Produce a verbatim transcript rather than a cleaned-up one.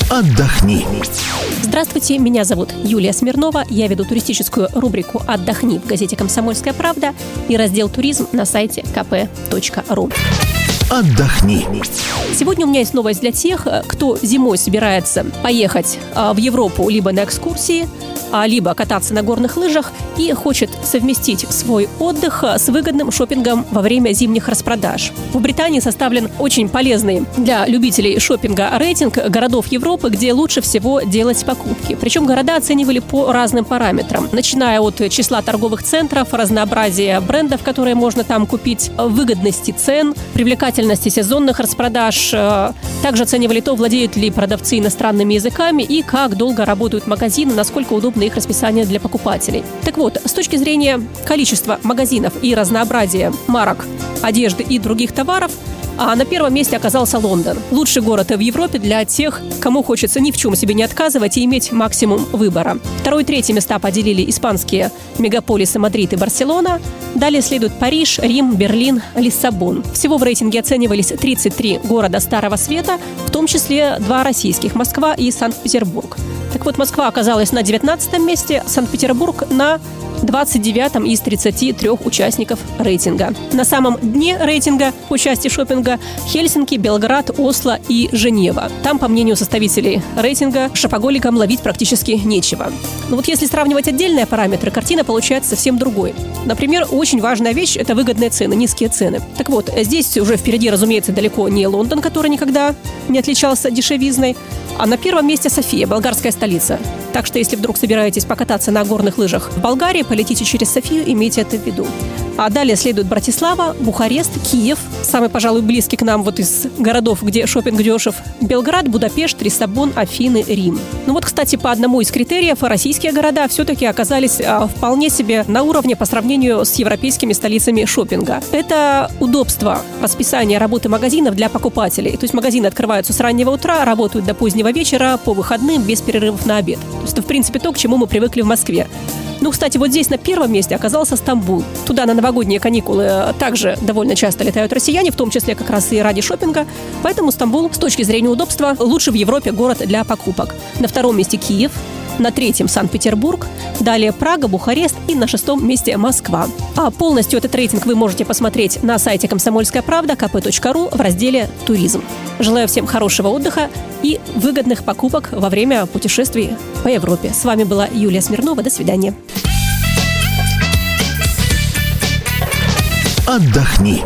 Отдохни. Здравствуйте, меня зовут Юлия Смирнова. Я веду туристическую рубрику «Отдохни» в газете «Комсомольская правда» и раздел «Туризм» на сайте ка пэ точка ру. Отдохни. Сегодня у меня есть новость для тех, кто зимой собирается поехать в Европу либо на экскурсии, либо кататься на горных лыжах и хочет совместить свой отдых с выгодным шопингом во время зимних распродаж. В Британии составлен очень полезный для любителей шопинга рейтинг городов Европы, где лучше всего делать покупки. Причем города оценивали по разным параметрам, начиная от числа торговых центров, разнообразия брендов, которые можно там купить, выгодности цен, привлекательности сезонных распродаж. Также оценивали то, владеют ли продавцы иностранными языками и как долго работают магазины, насколько удобно их расписание для покупателей. Так вот, с точки зрения количества магазинов и разнообразия марок, одежды и других товаров, а на первом месте оказался Лондон. Лучший город в Европе для тех, кому хочется ни в чем себе не отказывать и иметь максимум выбора. Второе и третье места поделили испанские мегаполисы Мадрид и Барселона. Далее следуют Париж, Рим, Берлин, Лиссабон. Всего в рейтинге оценивались тридцать три города Старого Света, в том числе два российских – Москва и Санкт-Петербург. Так вот, Москва оказалась на девятнадцатом месте, Санкт-Петербург на двадцать девятом из тридцати трёх участников рейтинга. На самом дне рейтинга по части шопинга Хельсинки, Белград, Осло и Женева. Там, по мнению составителей рейтинга, шопоголикам ловить практически нечего. Но вот если сравнивать отдельные параметры, картина получается совсем другой. Например, очень важная вещь – это выгодные цены, низкие цены. Так вот, здесь уже впереди, разумеется, далеко не Лондон, который никогда не отличался дешевизной, а на первом месте София, болгарская столица. Так что, если вдруг собираетесь покататься на горных лыжах в Болгарии, полетите через Софию, имейте это в виду. А далее следует Братислава, Бухарест, Киев, самый, пожалуй, близкий к нам вот из городов, где шопинг дешев, Белград, Будапешт, Лиссабон, Афины, Рим. Ну вот, кстати, по одному из критериев российские города все-таки оказались а, вполне себе на уровне по сравнению с европейскими столицами шопинга. Это удобство расписания работы магазинов для покупателей. То есть магазины открываются с раннего утра, работают до позднего вечера, по выходным, без перерывов на обед. То есть это, в принципе, то, к чему мы привыкли в Москве. Ну, кстати, вот здесь на первом месте оказался Стамбул. Туда на новогодние каникулы также довольно часто летают россияне, в том числе как раз и ради шопинга. Поэтому Стамбул с точки зрения удобства лучший в Европе город для покупок. На втором месте Киев, на третьем Санкт-Петербург, далее Прага, Бухарест и на шестом месте Москва. А полностью этот рейтинг вы можете посмотреть на сайте «Комсомольская правда» ка пэ точка ру в разделе «Туризм». Желаю всем хорошего отдыха и выгодных покупок во время путешествий по Европе. С вами была Юлия Смирнова. До свидания. Отдохни.